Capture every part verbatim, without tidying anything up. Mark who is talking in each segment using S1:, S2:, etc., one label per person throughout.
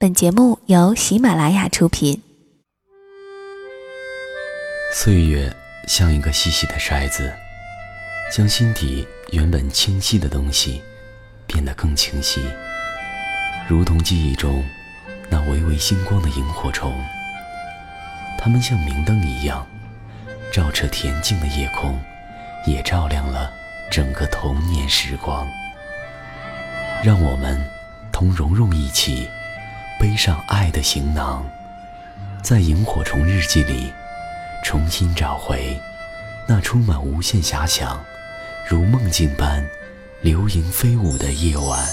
S1: 本节目由喜马拉雅出品。
S2: 岁月像一个细细的筛子，将心底原本清晰的东西变得更清晰，如同记忆中那微微星光的萤火虫，它们像明灯一样照彻恬静的夜空，也照亮了整个童年时光。让我们同蓉蓉一起背上爱的行囊，在萤火虫日记里重新找回那充满无限遐想，如梦境般流萤飞舞的夜晚。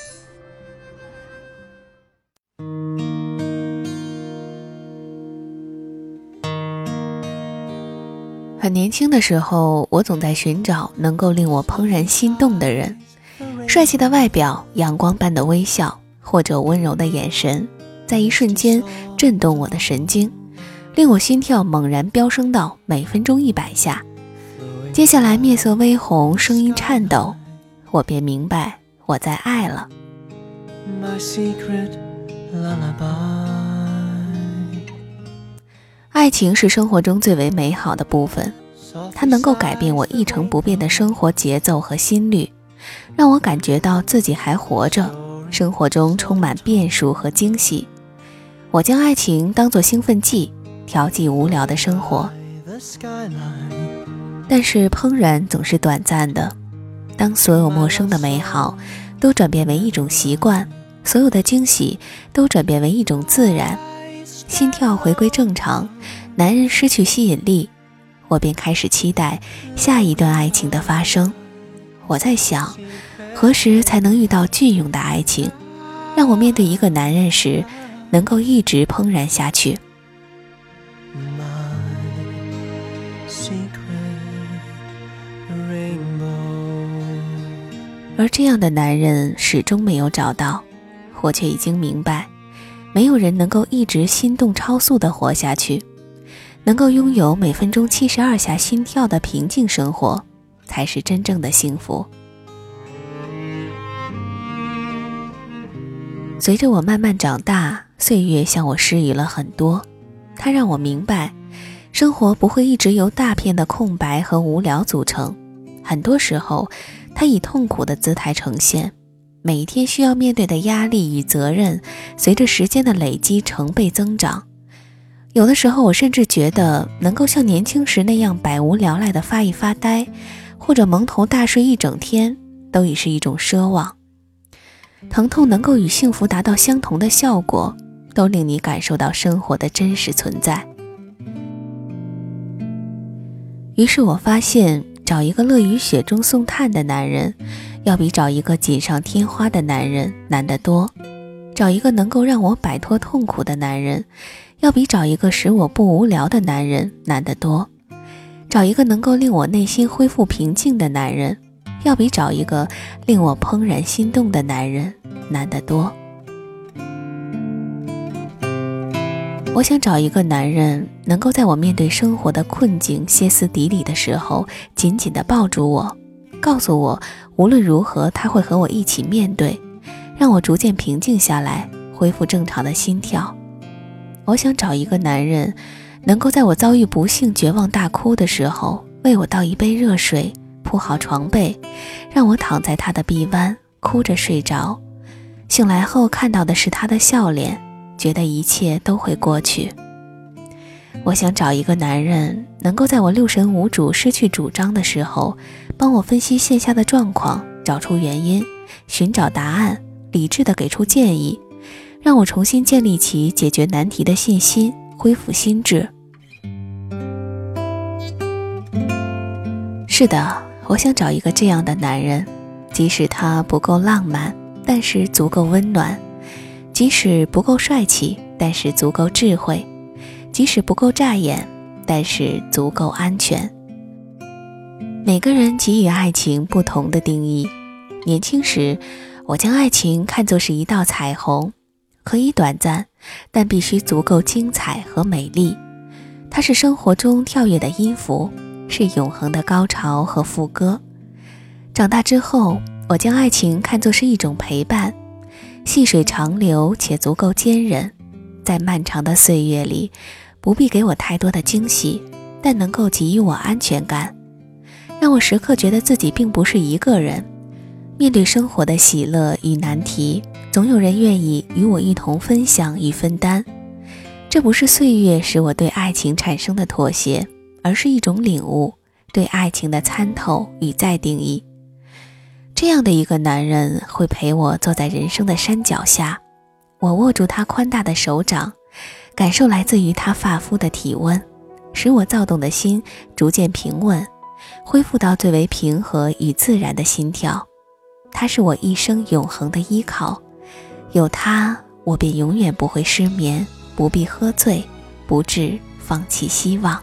S1: 很年轻的时候，我总在寻找能够令我怦然心动的人，帅气的外表，阳光般的微笑，或者温柔的眼神，在一瞬间震动我的神经，令我心跳猛然飙升到每分钟一百下。接下来面色微红，声音颤抖，我便明白我在爱了。 My secret lullaby。 爱情是生活中最为美好的部分，它能够改变我一成不变的生活节奏和心率，让我感觉到自己还活着，生活中充满变数和惊喜。我将爱情当作兴奋剂，调剂无聊的生活。但是怦然总是短暂的，当所有陌生的美好都转变为一种习惯，所有的惊喜都转变为一种自然，心跳回归正常，男人失去吸引力，我便开始期待下一段爱情的发生。我在想，何时才能遇到隽永的爱情，让我面对一个男人时能够一直怦然下去。而这样的男人始终没有找到，我却已经明白，没有人能够一直心动超速地活下去，能够拥有每分钟七十二下心跳的平静生活，才是真正的幸福。随着我慢慢长大，岁月向我施予了很多，它让我明白，生活不会一直由大片的空白和无聊组成，很多时候它以痛苦的姿态呈现，每一天需要面对的压力与责任随着时间的累积成倍增长。有的时候我甚至觉得能够像年轻时那样百无聊赖地发一发呆，或者蒙头大睡一整天，都已是一种奢望。疼痛能够与幸福达到相同的效果，都令你感受到生活的真实存在。于是我发现，找一个乐于雪中送炭的男人，要比找一个锦上添花的男人难得多；找一个能够让我摆脱痛苦的男人，要比找一个使我不无聊的男人难得多；找一个能够令我内心恢复平静的男人，要比找一个令我怦然心动的男人难得多。我想找一个男人，能够在我面对生活的困境歇斯底里的时候，紧紧地抱住我，告诉我无论如何他会和我一起面对，让我逐渐平静下来，恢复正常的心跳。我想找一个男人，能够在我遭遇不幸绝望大哭的时候，为我倒一杯热水，铺好床被，让我躺在他的臂弯，哭着睡着，醒来后看到的是他的笑脸，觉得一切都会过去。我想找一个男人，能够在我六神无主失去主张的时候，帮我分析线下的状况，找出原因，寻找答案，理智地给出建议，让我重新建立起解决难题的信心，恢复心智。是的，我想找一个这样的男人，即使他不够浪漫，但是足够温暖；即使不够帅气，但是足够智慧；即使不够扎眼，但是足够安全。每个人给予爱情不同的定义。年轻时，我将爱情看作是一道彩虹，可以短暂，但必须足够精彩和美丽。它是生活中跳跃的音符，是永恒的高潮和副歌。长大之后，我将爱情看作是一种陪伴， 细水长流且足够坚韧，在漫长的岁月里，不必给我太多的惊喜，但能够给予我安全感，让我时刻觉得自己并不是一个人。面对生活的喜乐与难题，总有人愿意与我一同分享与分担。这不是岁月使我对爱情产生的妥协，而是一种领悟，对爱情的参透与再定义。这样的一个男人会陪我坐在人生的山脚下，我握住他宽大的手掌，感受来自于他发肤的体温，使我躁动的心逐渐平稳，恢复到最为平和与自然的心跳。他是我一生永恒的依靠，有他，我便永远不会失眠，不必喝醉，不致放弃希望。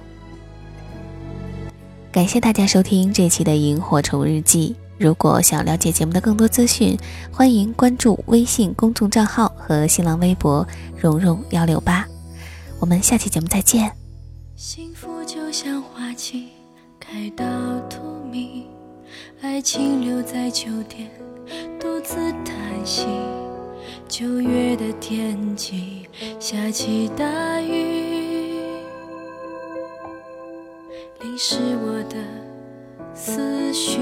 S1: 感谢大家收听这期的萤火虫日记。如果想了解节目的更多资讯，欢迎关注微信公众账号和新浪微博蓉蓉一六八。我们下期节目再见。
S3: 幸福就像花期开到荼蘼，爱情留在酒店独自叹息。九月的天气下起大雨，淋湿我的思绪。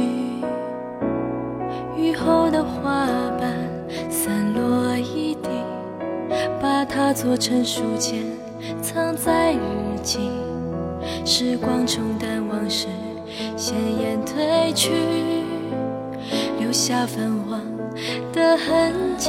S3: 雨后的花瓣散落一地，把它做成书签藏在日记。时光冲淡往事，鲜艳褪去，留下泛黄的痕迹。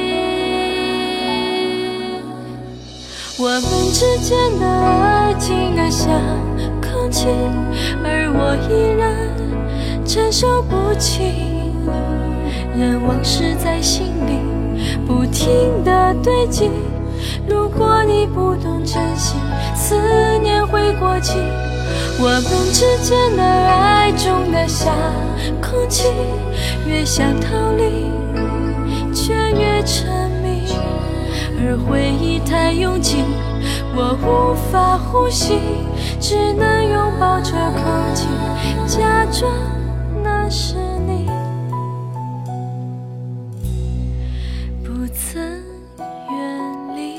S3: 我们之间的爱情啊像空气，而我依然承受不起。任往事在心里不停地堆积，如果你不懂珍惜，思念会过期。我们之间的爱重得像空气，越想逃离却越沉迷，而回忆太拥挤，我无法呼吸，只能拥抱着空气，假装那是你，不曾远离。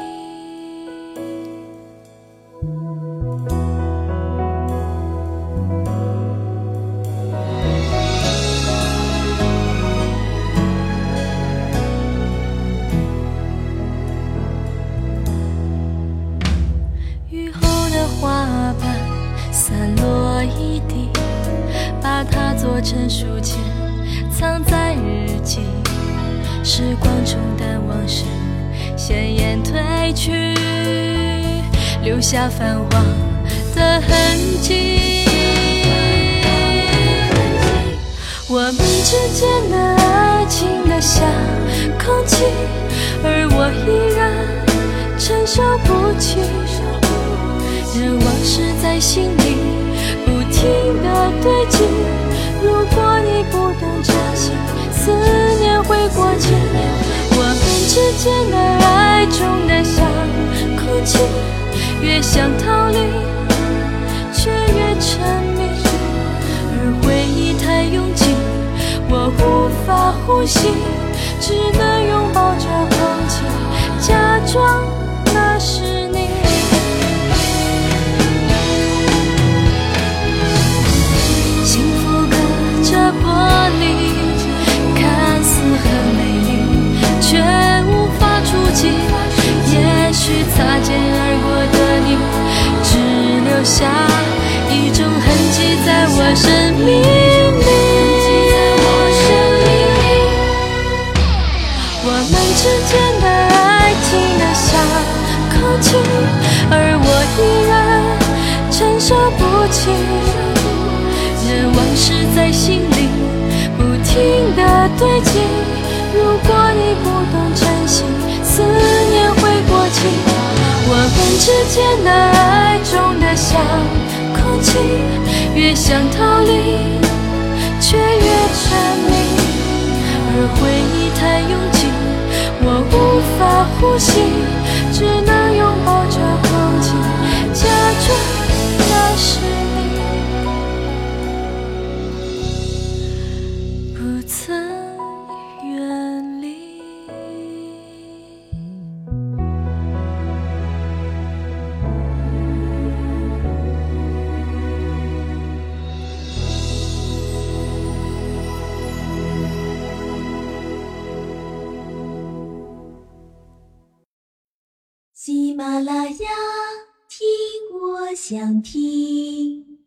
S3: 雨后的花瓣散落一地，把它做成书签藏在日记。时光冲淡往事，鲜艳褪去，留下泛黄的痕迹。我们之间的爱情啊像空气，而我依然承受不起，任往事在心里不停地堆积，如果你不懂珍惜，思念会过期。我们之间的爱重得像空气，越想逃离却越沉迷，而回忆太拥挤，我无法呼吸，只能拥抱着空气，假装那是你。幸福隔着玻璃，看似很美丽，却无法触及。也许擦肩而过的你，只留下一种痕迹在我生命里。我们之间的爱情啊像空气，而我依然承受不起，任往事在心里不停地堆积，如果你不懂珍惜，思念会过期。我们之间的爱重得像空气，越想逃离却越沉迷，而回忆太拥挤，我无法呼吸，只能拥抱着空气，假装那是你，不曾远离。
S4: 喜马拉雅，听我想听。